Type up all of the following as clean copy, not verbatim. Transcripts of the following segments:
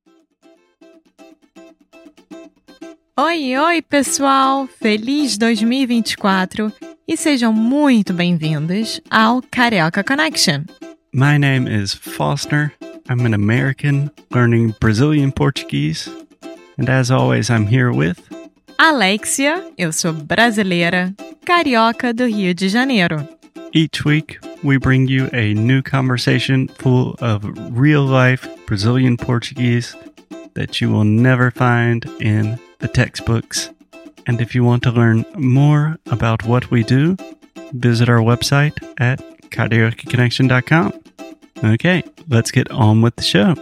Oi, pessoal! Feliz 2024 e sejam muito bem-vindos ao Carioca Connection. My name is Foster. I'm an American learning Brazilian Portuguese. And as always, I'm here with... Alexia, eu sou brasileira, carioca do Rio de Janeiro. Each week, we bring you a new conversation full of real-life Brazilian Portuguese that you will never find in the textbooks. And if you want to learn more about what we do, visit our website at cariocaconnection.com. Okay, let's get on with the show.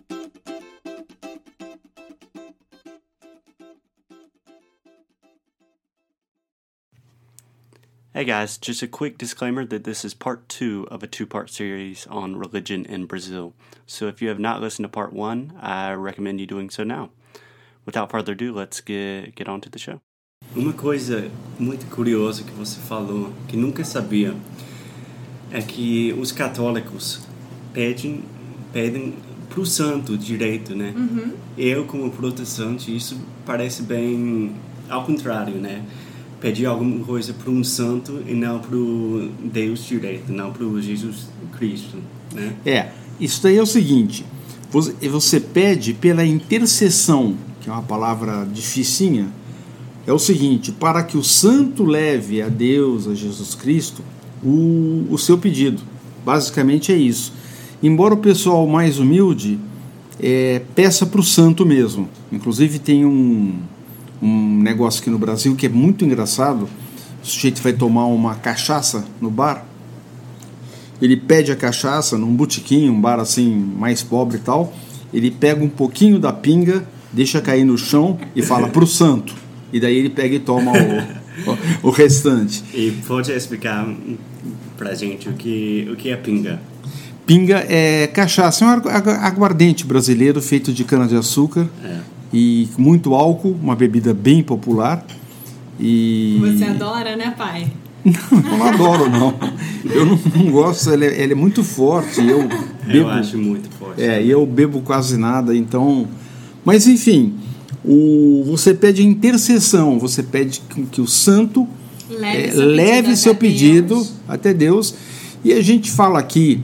Hey guys, just a quick disclaimer that this is part 2 of a 2-part series on religion in Brazil. So if you have not listened to part 1, I recommend you doing so now. Without further ado, let's get on to the show. Uma coisa muito curiosa que você falou, que nunca sabia, é que os católicos pedem pro santo direito, né? Uhum. Eu, como protestante, isso parece bem ao contrário, né? Pedir alguma coisa para um santo e não para o Deus direito, não para o Jesus Cristo, né? Isso daí é o seguinte, você pede pela intercessão, que é uma palavra dificinha, é o seguinte, para que o santo leve a Deus, a Jesus Cristo, o seu pedido. Basicamente é isso. Embora o pessoal mais humilde peça para o santo mesmo. Inclusive tem um negócio aqui no Brasil que é muito engraçado. O sujeito vai tomar uma cachaça no bar, ele pede a cachaça num botequim, um bar assim mais pobre e tal, ele pega um pouquinho da pinga, deixa cair no chão e fala pro santo, e daí ele pega e toma o restante. E pode explicar pra gente o que é pinga? Pinga é cachaça, é um aguardente brasileiro feito de cana-de-açúcar e muito álcool, uma bebida bem popular. E... Você adora, né, pai? Não adoro, não. Eu não gosto, ele é muito forte. Eu acho muito forte. E eu bebo quase nada, então... Mas, enfim, você pede intercessão, você pede que o santo leve seu pedido até Deus. E a gente fala aqui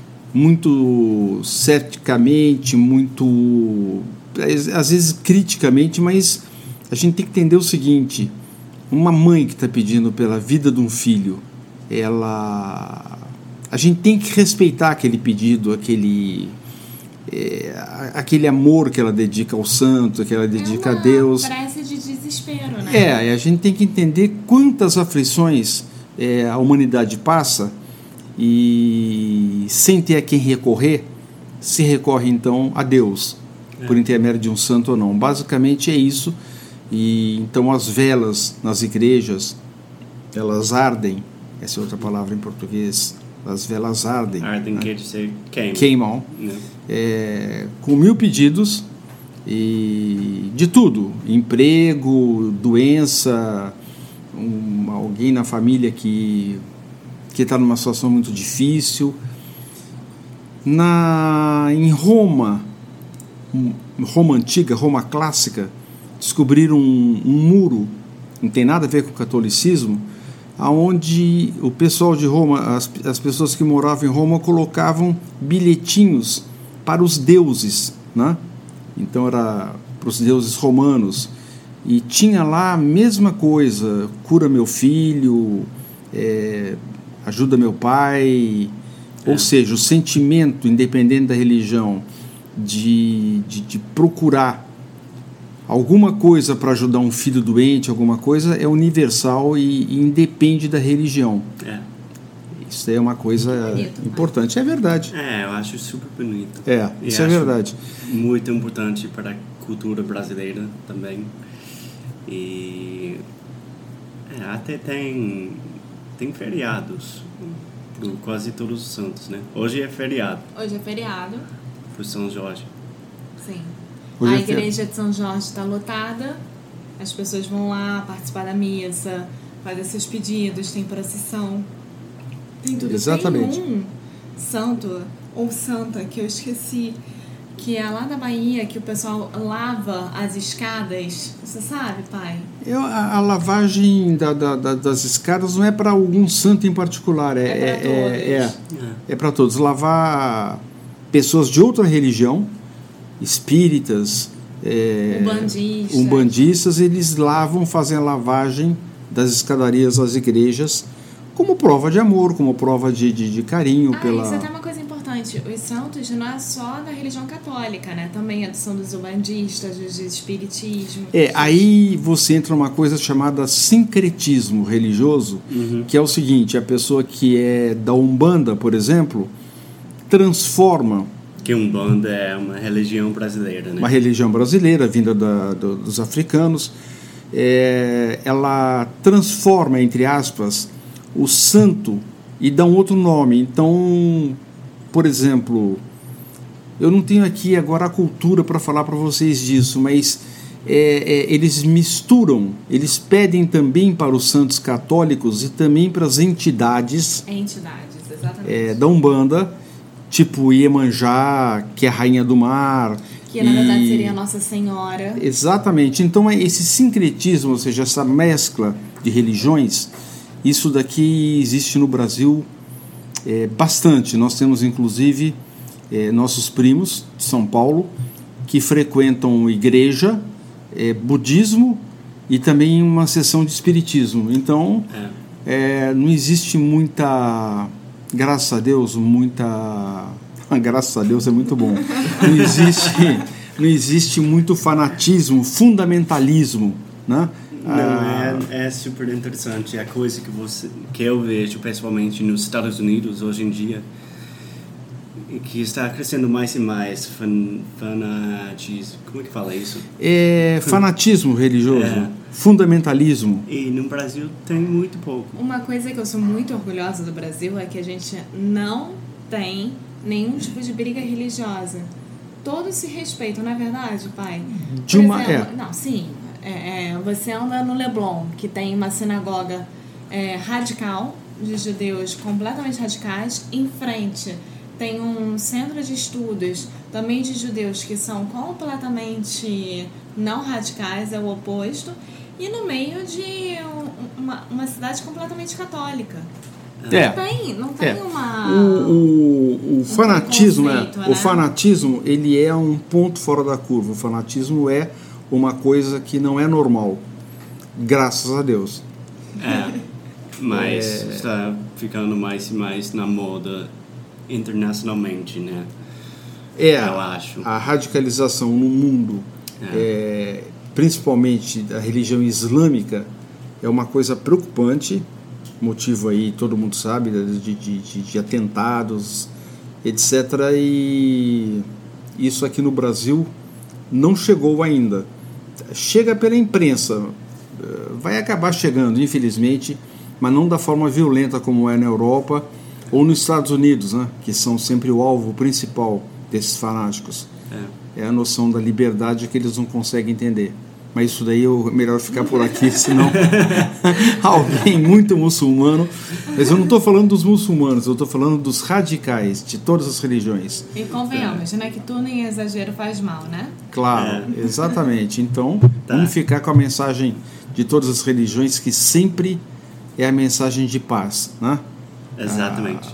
muito ceticamente, muito... às vezes criticamente, mas a gente tem que entender o seguinte: uma mãe que está pedindo pela vida de um filho, a gente tem que respeitar aquele pedido, aquele amor que ela dedica ao santo, que ela dedica a Deus. É uma prece de desespero, né? A gente tem que entender quantas aflições a humanidade passa e sem ter a quem recorrer, se recorre então a Deus, por intermédio de um santo ou não. Basicamente é isso. E então as velas nas igrejas, elas ardem, essa é outra palavra em português, as velas ardem. Ardem quer dizer queimam. Com 1000 pedidos e de tudo, emprego, doença, alguém na família que está numa situação muito difícil. Em Roma antiga, Roma clássica, descobriram um muro, não tem nada a ver com o catolicismo, onde o pessoal de Roma, as pessoas que moravam em Roma, colocavam bilhetinhos para os deuses, né? Então era para os deuses romanos, e tinha lá a mesma coisa: cura meu filho, ajuda meu pai. Ou seja, o sentimento, independente da religião, de procurar alguma coisa para ajudar um filho doente, alguma coisa, é universal e independe da religião. Isso é uma coisa importante. É verdade. Eu acho super bonito. Isso é verdade. Muito importante para a cultura brasileira também. E até tem feriados para quase todos os santos, né? Hoje é feriado. Para São Jorge. Sim. A igreja de São Jorge está lotada, as pessoas vão lá participar da missa, fazer seus pedidos, tem procissão, tem tudo. Exatamente. Tem um santo ou santa que eu esqueci, que é lá da Bahia, que o pessoal lava as escadas. Você sabe, pai? A lavagem das escadas não é para algum santo em particular. É para todos. Lavar pessoas de outra religião, espíritas, umbandistas, eles fazem a lavagem das escadarias às igrejas como prova de amor, como prova de carinho. Isso é até uma coisa importante. Os santos não é só da religião católica, né? Também são dos umbandistas, dos espiritismo. Aí você entra numa coisa chamada sincretismo religioso, que é o seguinte: a pessoa que é da Umbanda, por exemplo, transforma... Que Umbanda é uma religião brasileira, né? Uma religião brasileira, vinda dos africanos. Ela transforma, entre aspas, o santo e dá um outro nome. Então, por exemplo, eu não tenho aqui agora a cultura para falar para vocês disso, mas eles misturam, eles pedem também para os santos católicos e também para as entidades exatamente. Da Umbanda, tipo Iemanjá, que é a rainha do mar. Que na verdade seria a Nossa Senhora. Exatamente. Então esse sincretismo, ou seja, essa mescla de religiões, isso daqui existe no Brasil bastante. Nós temos inclusive nossos primos de São Paulo que frequentam igreja, budismo e também uma sessão de espiritismo. Então não existe muita... Graças a Deus é muito bom. Não existe muito fanatismo, fundamentalismo, né? Não, é super interessante. A coisa que eu vejo pessoalmente nos Estados Unidos hoje em dia, que está crescendo mais e mais fanatismo. Como é que fala isso? Fanatismo religioso, fundamentalismo. E no Brasil tem muito pouco. Uma coisa que eu sou muito orgulhosa do Brasil é que a gente não tem nenhum tipo de briga religiosa. Todos se respeitam, não é verdade, pai? Não, sim. Você anda no Leblon, que tem uma sinagoga radical, de judeus completamente radicais. Em frente tem um centro de estudos também de judeus que são completamente não radicais, é o oposto. E no meio de uma cidade completamente católica. Não tem uma... O fanatismo, né? O fanatismo, ele é um ponto fora da curva. O fanatismo é uma coisa que não é normal, graças a Deus. Mas está ficando mais e mais na moda internacionalmente, né? Eu acho. A radicalização no mundo, principalmente da religião islâmica, é uma coisa preocupante. Motivo aí, todo mundo sabe, de atentados, etc. E isso aqui no Brasil não chegou ainda. Chega pela imprensa, vai acabar chegando, infelizmente, mas não da forma violenta como é na Europa ou nos Estados Unidos, né, que são sempre o alvo principal desses fanáticos. É a noção da liberdade que eles não conseguem entender. Mas isso daí é melhor ficar por aqui, senão alguém muito muçulmano... Mas eu não estou falando dos muçulmanos, eu estou falando dos radicais de todas as religiões. E convenhamos, né, que tudo em exagero faz mal, né? Claro, exatamente. Então, vamos ficar com a mensagem de todas as religiões, que sempre é a mensagem de paz, né? Exatamente.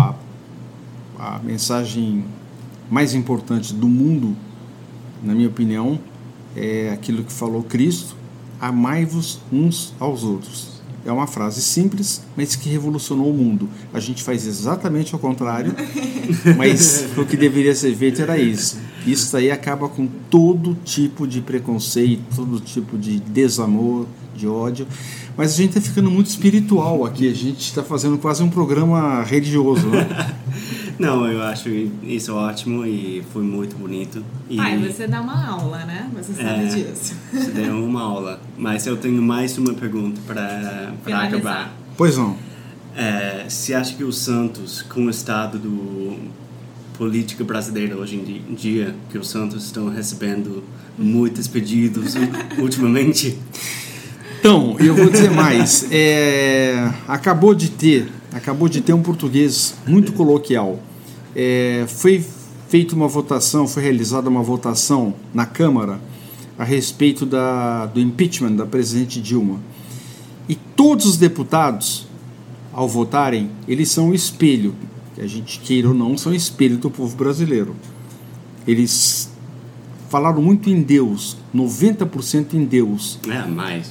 A mensagem mais importante do mundo, na minha opinião, é aquilo que falou Cristo: amai-vos uns aos outros. É uma frase simples, mas que revolucionou o mundo. A gente faz exatamente ao contrário, mas o que deveria ser feito era isso. Isso aí acaba com todo tipo de preconceito, todo tipo de desamor, de ódio. Mas a gente está ficando muito espiritual aqui, a gente está fazendo quase um programa religioso, né? Não, eu acho isso ótimo e foi muito bonito. Você dá uma aula, né? Você sabe disso. Você deu uma aula. Mas eu tenho mais uma pergunta para acabar. Pois não. Você acha que os santos, com o estado do política brasileira hoje em dia, que os santos estão recebendo muitos pedidos ultimamente? Então, eu vou dizer mais. Acabou de ter um português muito coloquial. Foi foi realizada uma votação na Câmara a respeito do impeachment da presidente Dilma. E todos os deputados, ao votarem, eles são o espelho, que a gente queira ou não, são o espelho do povo brasileiro. Eles falaram muito em Deus, 90% em Deus. Mais.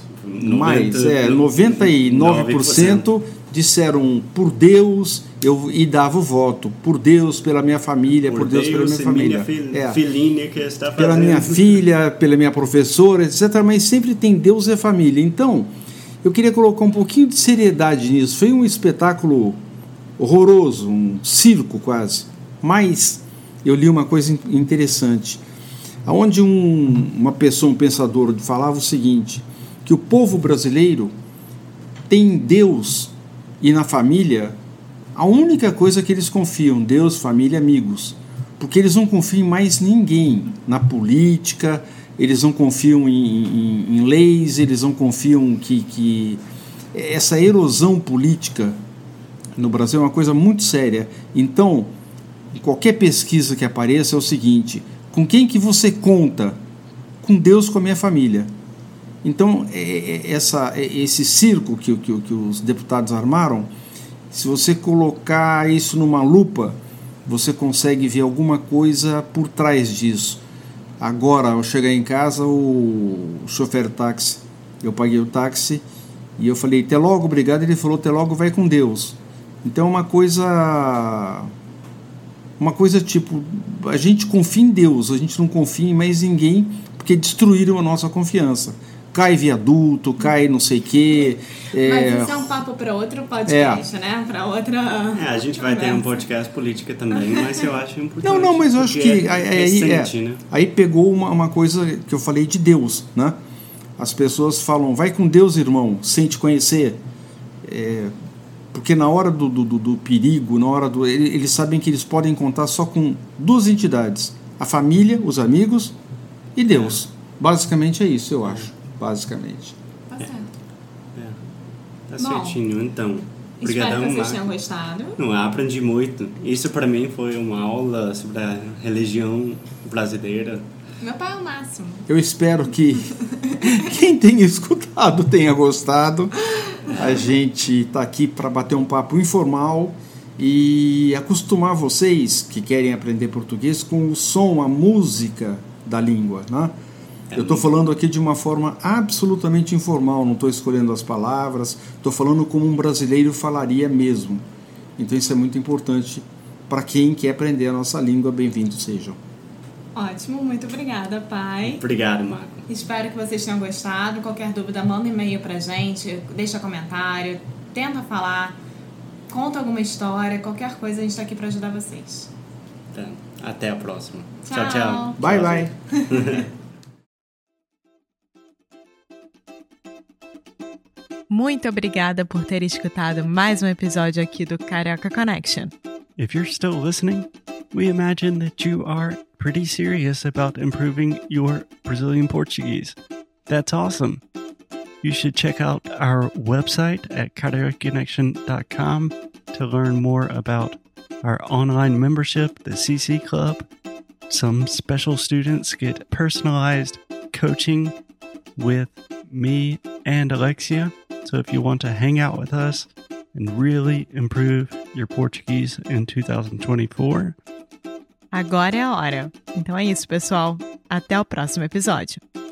99% disseram por Deus, e dava o voto, por Deus, pela minha família, por Deus pela minha família. Filhinha que está fazendo. Pela minha filha, pela minha professora, etc. Mas sempre tem Deus e a família. Então, eu queria colocar um pouquinho de seriedade nisso. Foi um espetáculo horroroso, um circo quase. Mas eu li uma coisa interessante, onde uma pessoa, um pensador, falava o seguinte, que o povo brasileiro tem em Deus e na família a única coisa que eles confiam, Deus, família, amigos, porque eles não confiam em mais ninguém, na política, eles não confiam em leis, eles não confiam que essa erosão política no Brasil é uma coisa muito séria. Então, qualquer pesquisa que apareça é o seguinte, com quem que você conta? Com Deus, com a minha família. Então, esse circo que os deputados armaram, se você colocar isso numa lupa, você consegue ver alguma coisa por trás disso. Agora, ao chegar em casa, o chofer táxi, eu paguei o táxi e eu falei, até logo, obrigado. Ele falou, até logo, vai com Deus. Então, uma coisa tipo, a gente confia em Deus, a gente não confia em mais ninguém, porque destruíram a nossa confiança. Cai viaduto, cai não sei o quê. Mas isso é um papo para outro podcast, né? Para outra. A gente vai ter um podcast política também, mas eu acho importante. Não, mas eu acho que recente, né? Aí pegou uma coisa que eu falei de Deus, né? As pessoas falam, vai com Deus, irmão, sem te conhecer. Porque na hora do perigo, na hora eles sabem que eles podem contar só com duas entidades: a família, os amigos e Deus. Basicamente é isso, eu acho. Basicamente. Tá certo. Tá certinho, então. Obrigadão, espero que vocês tenham gostado. Aprendi muito. Isso para mim foi uma aula sobre a religião brasileira. Meu pai é o máximo. Eu espero que quem tenha escutado tenha gostado. A gente está aqui para bater um papo informal e acostumar vocês que querem aprender português com o som, a música da língua, né? Eu estou falando aqui de uma forma absolutamente informal, não estou escolhendo as palavras, estou falando como um brasileiro falaria mesmo. Então isso é muito importante para quem quer aprender a nossa língua. Bem-vindos sejam. Ótimo, muito obrigada, pai. Obrigado, Marco. Espero que vocês tenham gostado. Qualquer dúvida, manda um e-mail pra gente, deixa comentário, tenta falar, conta alguma história, qualquer coisa, a gente está aqui para ajudar vocês. Tá. Até a próxima. Tchau, tchau. Bye, bye. Muito obrigada por ter escutado mais um episódio aqui do Carioca Connection. If you're still listening, we imagine that you are pretty serious about improving your Brazilian Portuguese. That's awesome. You should check out our website at cariocaconnection.com to learn more about our online membership, the CC Club. Some special students get personalized coaching with me and Alexia. So if you want to hang out with us and really improve your Portuguese in 2024. Agora é a hora. Então é isso, pessoal. Até o próximo episódio.